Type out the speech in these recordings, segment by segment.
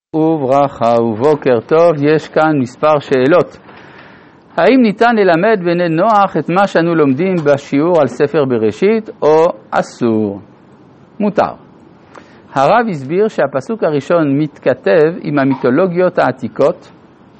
וברכה ובוקר טוב. יש כאן מספר שאלות. האם ניתן ללמד בני נוח את מה שאנו לומדים בשיעור על ספר בראשית או אסור? מותר. הרב הסביר שהפסוק הראשון מתכתב עם המיתולוגיות העתיקות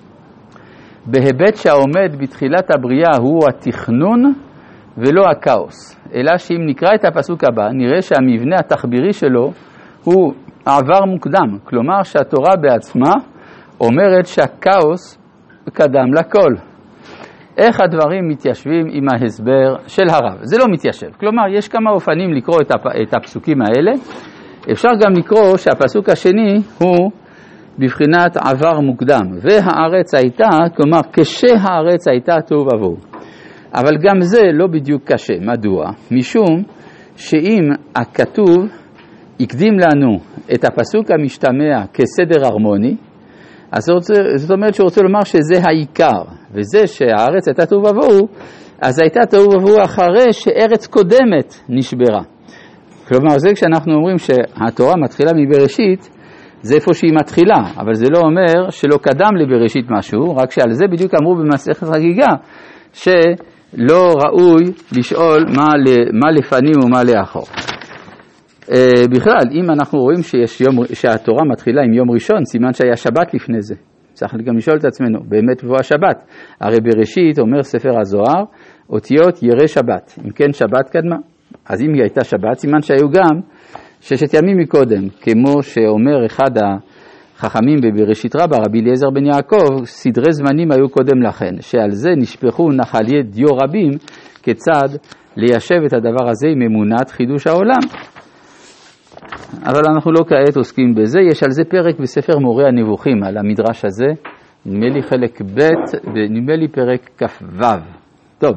בהיבט שהעומד בתחילת הבריאה הוא התכנון ולא הכאוס, אלא שאם נקרא את הפסוק הבא נראה שהמבנה התחבירי שלו הוא עבר מוקדם, כלומר שהתורה בעצמה אומרת שהכאוס קדם לכל. איך הדברים מתיישבים עם ההסבר של הרב? זה לא מתיישב, כלומר יש כמה אופנים לקרוא את הפסוקים האלה. אפשר גם לקרוא שהפסוק השני הוא בבחינת עבר מוקדם, והארץ הייתה, כלומר כשהארץ הייתה תוהו ובוהו. אבל גם זה לא בדיוק קשה. מדוע? משום שאם הכתוב יקדים לנו את הפסוק המשתמע כסדר הרמוני, אז זאת אומרת שהוא רוצה לומר שזה העיקר, וזה שהארץ הייתה תוהו ובוהו, אז הייתה תוהו ובוהו אחרי שארץ קודמת נשברה. כלומר זה כשאנחנו אומרים שהתורה מתחילה מבראשית, זה איפה שהיא מתחילה, אבל זה לא אומר שלא קדם לבראשית משהו, רק שעל זה בדיוק אמרו במסכת חגיגה, שלא ראוי לשאול מה לפנים ומה לאחור. בכלל, אם אנחנו רואים שהתורה מתחילה עם יום ראשון, סימן שהיה שבת לפני זה. צריך גם לשאול את עצמנו, באמת בוא השבת. הרי בראשית אומר ספר הזוהר, אותיות ירא שבת. אם כן שבת קדמה, אז אם היא הייתה שבת, סימן שהיו גם 6 ימים מקודם, כמו שאומר אחד החכמים בבראשית רבה, רבי אליעזר בן יעקב, סדרי זמנים היו קודם לכן, שעל זה נשפכו נחלי דיו רבים, כיצד ליישב את הדבר הזה עם אמונת חידוש העולם. אבל אנחנו לא כעת עוסקים בזה. יש על זה פרק בספר מורה הנבוכים, על המדרש הזה, נדמה לי חלק ב' ונדמה לי פרק כ"ו. טוב,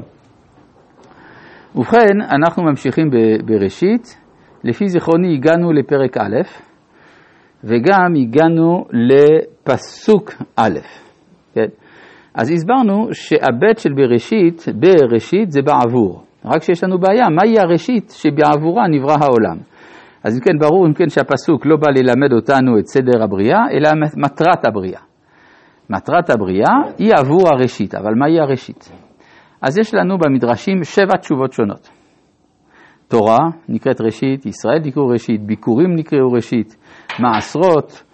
ובכן אנחנו ממשיכים בראשית. לפי זיכרוני הגענו לפרק א', וגם הגענו לפסוק א'. כן? אז הסברנו שהבית של בראשית זה בעבור. רק שיש לנו בעיה, מהי הראשית שבעבורה נברא העולם? אז אם כן ברור שהפסוק לא בא ללמד אותנו את סדר הבריאה, אלא מטרת הבריאה. מטרת הבריאה היא עבור הראשית, אבל מהי הראשית? אז יש לנו במדרשים 7 תשובות שונות. תורה נקראת ראשית, ישראל נקראו ראשית, ביקורים נקראו ראשית, מעשרות,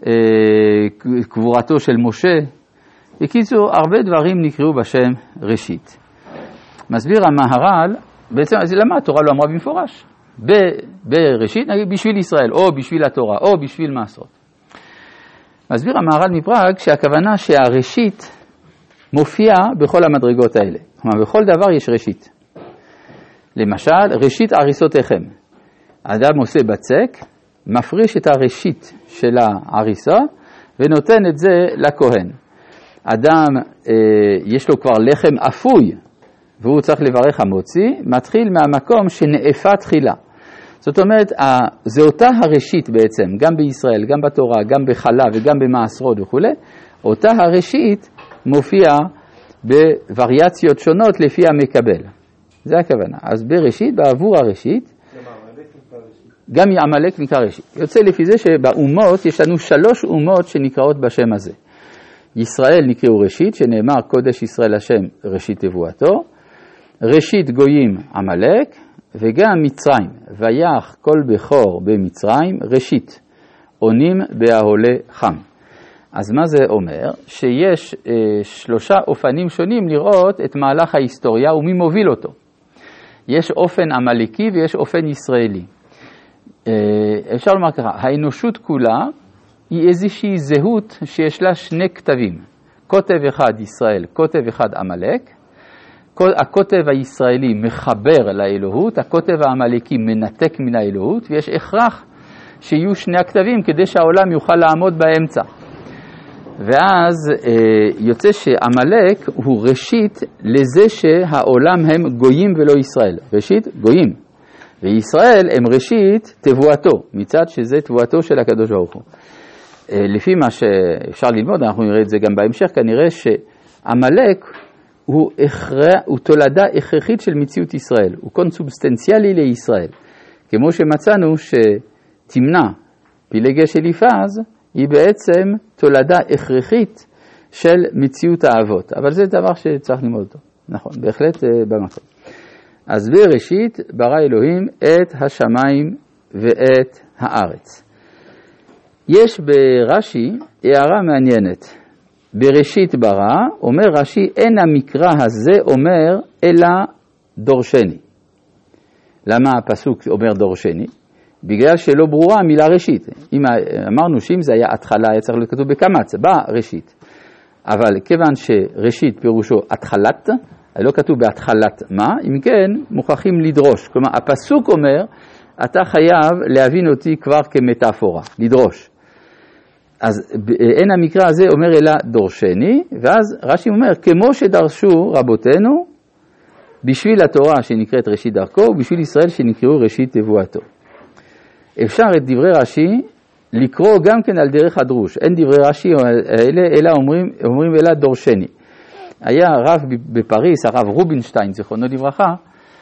קבורתו של משה. בקיצור, הרבה דברים נקראו בשם ראשית. מסביר המהר"ל, בעצם אז למה התורה לא אמרה במפורש? בראשית נגיד בשביל ישראל, או בשביל התורה, או בשביל מעשרות. מסביר המהר"ל מפראג שהכוונה שהראשית מופיעה בכל המדרגות האלה. כלומר, בכל דבר יש ראשית. למשל, ראשית עריסותיכם. אדם עושה בצק, מפריש את הראשית של העריסה, ונותן את זה לכהן. אדם, יש לו כבר לחם אפוי, והוא צריך לברך המוציא, מתחיל מהמקום שנאפה תחילה. זאת אומרת, זה אותה הראשית בעצם, גם בישראל, גם בתורה, גם בחלה וגם במעשרות וכו'. אותה הראשית מופיעה בווריאציות שונות לפי המקבל. זה הכוונה. אז בראשית, בעבור הראשית, גם עמלק נקרא ראשית. יוצא לפי זה שבאומות יש לנו 3 אומות שנקראות בשם הזה. ישראל נקראו ראשית, שנאמר קודש ישראל השם ראשית תבואתו, ראשית גויים עמלק, וגם מצרים, ויח כל בכור במצרים ראשית, עונים בהעולה חם. אז מה זה אומר? שיש 3 אופנים שונים לראות את מהלך ההיסטוריה ומי מוביל אותו. יש אופן עמלקי ויש אופן ישראלי. אפשר לומר ככה, האנושות כולה היא איזושהי זהות שיש לה 2 כתבים. כותב אחד ישראל, כותב אחד עמלק. הכותב הישראלי מחבר לאלוהות, הכותב העמלקי מנתק מן האלוהות, ויש הכרח שיהיו 2 הכתבים כדי שהעולם יוכל לעמוד באמצע. ואז יוצא שעמלק הוא ראשית לזה שהעולם הם גויים ולא ישראל. ראשית גויים. וישראל הם ראשית תבואתו, מצד שזה תבואתו של הקדוש ברוך הוא. לפי מה שאפשר ללמוד, אנחנו נראה את זה גם בהמשך, כנראה שעמלק הוא תולדה הכרחית של מציאות ישראל, הוא קונסובסטנציאלי לישראל. כמו שמצאנו שתמנע פילגי של יפז, היא בעצם תולדה הכרחית של מציאות האבות, אבל זה דבר שצריך ללמוד אותו, נכון, בהחלט במקום. אז בראשית ברא אלוהים את השמיים ואת הארץ. יש ברש"י הערה מעניינת. בראשית ברא, אומר רש"י, אין המקרא הזה אומר אלא דורשני. למה הפסוק אומר דורשני? בגלל שלא ברורה המילה ראשית. אם אמרנו שאם זה היה התחלה, היה צריך להיות כתוב בקמץ, בראשית. אבל כיוון שראשית פירושו התחלת, לא כתוב בהתחלת מה, אם כן מוכרחים לדרוש. כלומר, הפסוק אומר, אתה חייב להבין אותי כבר כמטאפורה, לדרוש. אז אין המקרא הזה אומר אלא דורשני, ואז רש"י אומר, כמו שדרשו רבותינו, בשביל התורה שנקראת ראשית דרכו, ובשביל ישראל שנקראו ראשית תבואתו. אפשר את דברי רש"י לקרוא גם כן על דרך הדרוש. אין דברי רש"י אלא אומרים אלא דורשני. היה רב בפריס, הרב רובינשטיין, זיכרונו לברכה,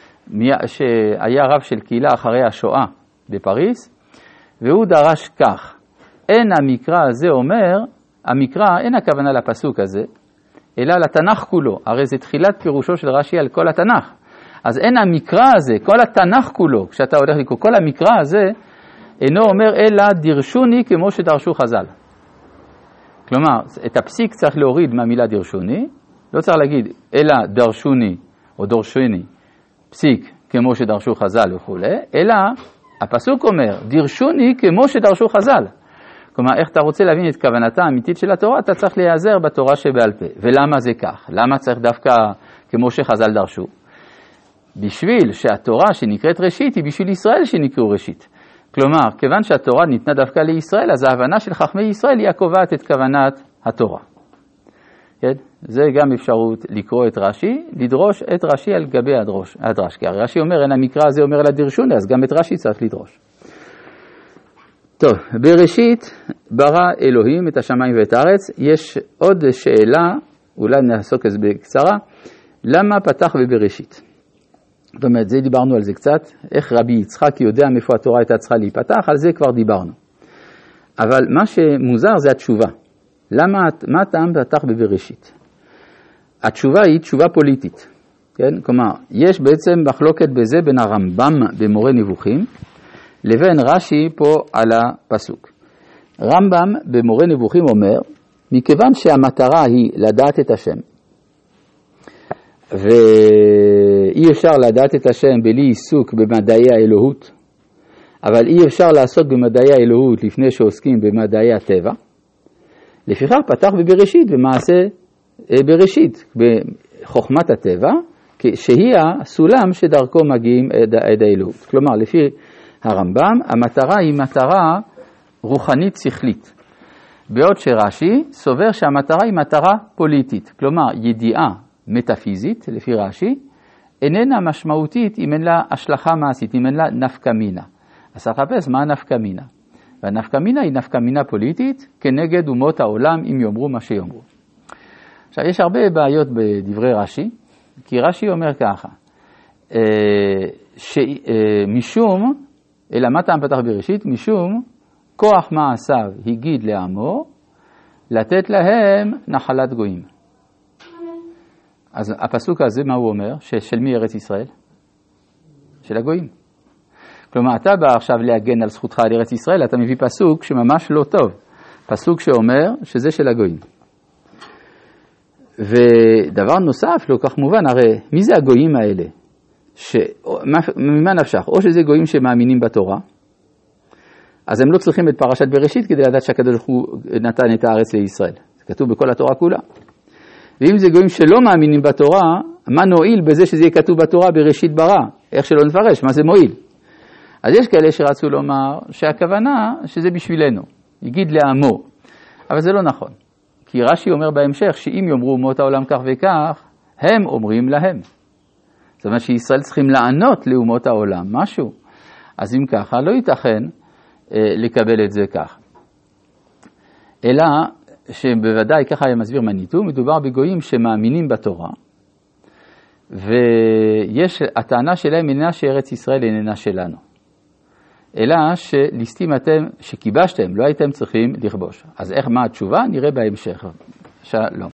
שהיה רב של קהילה אחרי השואה בפריס, והוא דרש כך, אין המקרא הזה אומר, המקרא אין הכוונה לפסוק הזה, אלא לתנ"ך כולו, הרי זה תחילת פירושו של רש"י על כל התנ"ך. אז אין המקרא הזה, כל התנ"ך כולו, כשאתה הולך לקרוא, כל המקרא הזה, אינו אומר אלא דרשוני כמו שדרשו חז"ל. כלומר, את הפסיק צריך להוריד מהמילה דרשוני, לא צריך להגיד אלא דרשוני או דורשני, פסיק כמו שדרשו חז"ל וכו', אלא הפסוק אומר דרשוני כמו שדרשו חז"ל. כלומר, איך אתה רוצה להבין את כוונתה האמיתית של התורה, אתה צריך להיעזר בתורה שבעל פה. ולמה זה כך? למה צריך דווקא כמו שחז"ל דרשו? בשביל שהתורה שנקראת ראשית היא בשביל ישראל שנקראו ראשית. כלומר, כיוון שהתורה ניתנה דווקא לישראל, אז ההבנה של חכמי ישראל היא הקובעת את כוונת התורה. כן? זה גם אפשרות לקרוא את רש"י, לדרוש את רש"י על גבי הדרש. כי הרי רש"י אומר, אין המקרא הזה אומר לה דרשוני, אז גם את רש"י צריך לדרוש. טוב, בראשית ברא אלוהים את השמיים ואת הארץ. יש עוד שאלה, אולי נעסוק את זה בקצרה, למה פתח בבראשית? זאת אומרת, זה דיברנו על זה קצת, איך רבי יצחק יודע מאיפה התורה הייתה צריכה להיפתח, על זה כבר דיברנו. אבל מה שמוזר זה התשובה. מה הטעם פתח בבראשית? התשובה היא תשובה פוליטית. כן? כלומר, יש בעצם מחלוקת בזה בין הרמב"ם במורה נבוכים, לבין רש"י פה על הפסוק. רמב"ם במורה נבוכים אומר, מכיוון שהמטרה היא לדעת את השם, ואי אפשר לדעת את השם בלי עיסוק במדעי האלוהות, אבל אי אפשר לעסוק במדעי האלוהות לפני שעוסקים במדעי הטבע, לפיכך פתח בבראשית, במעשה בראשית, בחוכמת הטבע, שהיא הסולם שדרכו מגיעים עד האלוהות. כלומר, לפי הרמב"ם, המטרה היא מטרה רוחנית שכלית. בעוד שרש"י סובר שהמטרה היא מטרה פוליטית. כלומר, ידיעה מטאפיזית, לפי רש"י, איננה משמעותית אם אין לה השלכה מעשית, אם אין לה נפקא מינה. אז צריך לחפש מה הנפקא מינה. והנפקא מינה היא נפקא מינה פוליטית כנגד אומות העולם אם יאמרו מה שיאמרו. עכשיו, יש הרבה בעיות בדברי רש"י, כי רש"י אומר ככה, משום, אלא מה טעם פתח בראשית? משום כוח מעשיו הגיד לעמו, לתת להם נחלת גויים. אז הפסוק הזה, מה הוא אומר? של מי ארץ ישראל? של הגויים. כלומר, אתה בא עכשיו להגן על זכותך על ארץ ישראל, אתה מביא פסוק שממש לא טוב. פסוק שאומר שזה של הגויים. ודבר נוסף, לא כך מובן, הרי מי זה הגויים האלה? ממה נפשך? או שזה גויים שמאמינים בתורה, אז הם לא צריכים את פרשת בראשית כדי לדעת שהקדוש ברוך הוא נתן את הארץ לישראל. זה כתוב בכל התורה כולה. ואם זה גויים שלא מאמינים בתורה, מה נועיל בזה שזה יהיה כתוב בתורה בראשית ברא? איך שלא נפרש, מה זה מועיל? אז יש כאלה שרצו לומר שהכוונה שזה בשבילנו, יגיד לעמו. אבל זה לא נכון. כי רש"י אומר בהמשך שאם יאמרו אומות העולם כך וכך, הם אומרים להם. זאת אומרת שישראל צריכים לענות לאומות העולם, משהו. אז אם ככה, לא ייתכן לקבל את זה כך. אלא שבוודאי, ככה היה מסביר מניטו, מדובר בגויים שמאמינים בתורה, ויש, הטענה שלהם איננה שארץ ישראל איננה שלנו, אלא שליסטים אתם, שכיבשתם, לא הייתם צריכים לכבוש. אז מה התשובה? נראה בהמשך. שלום.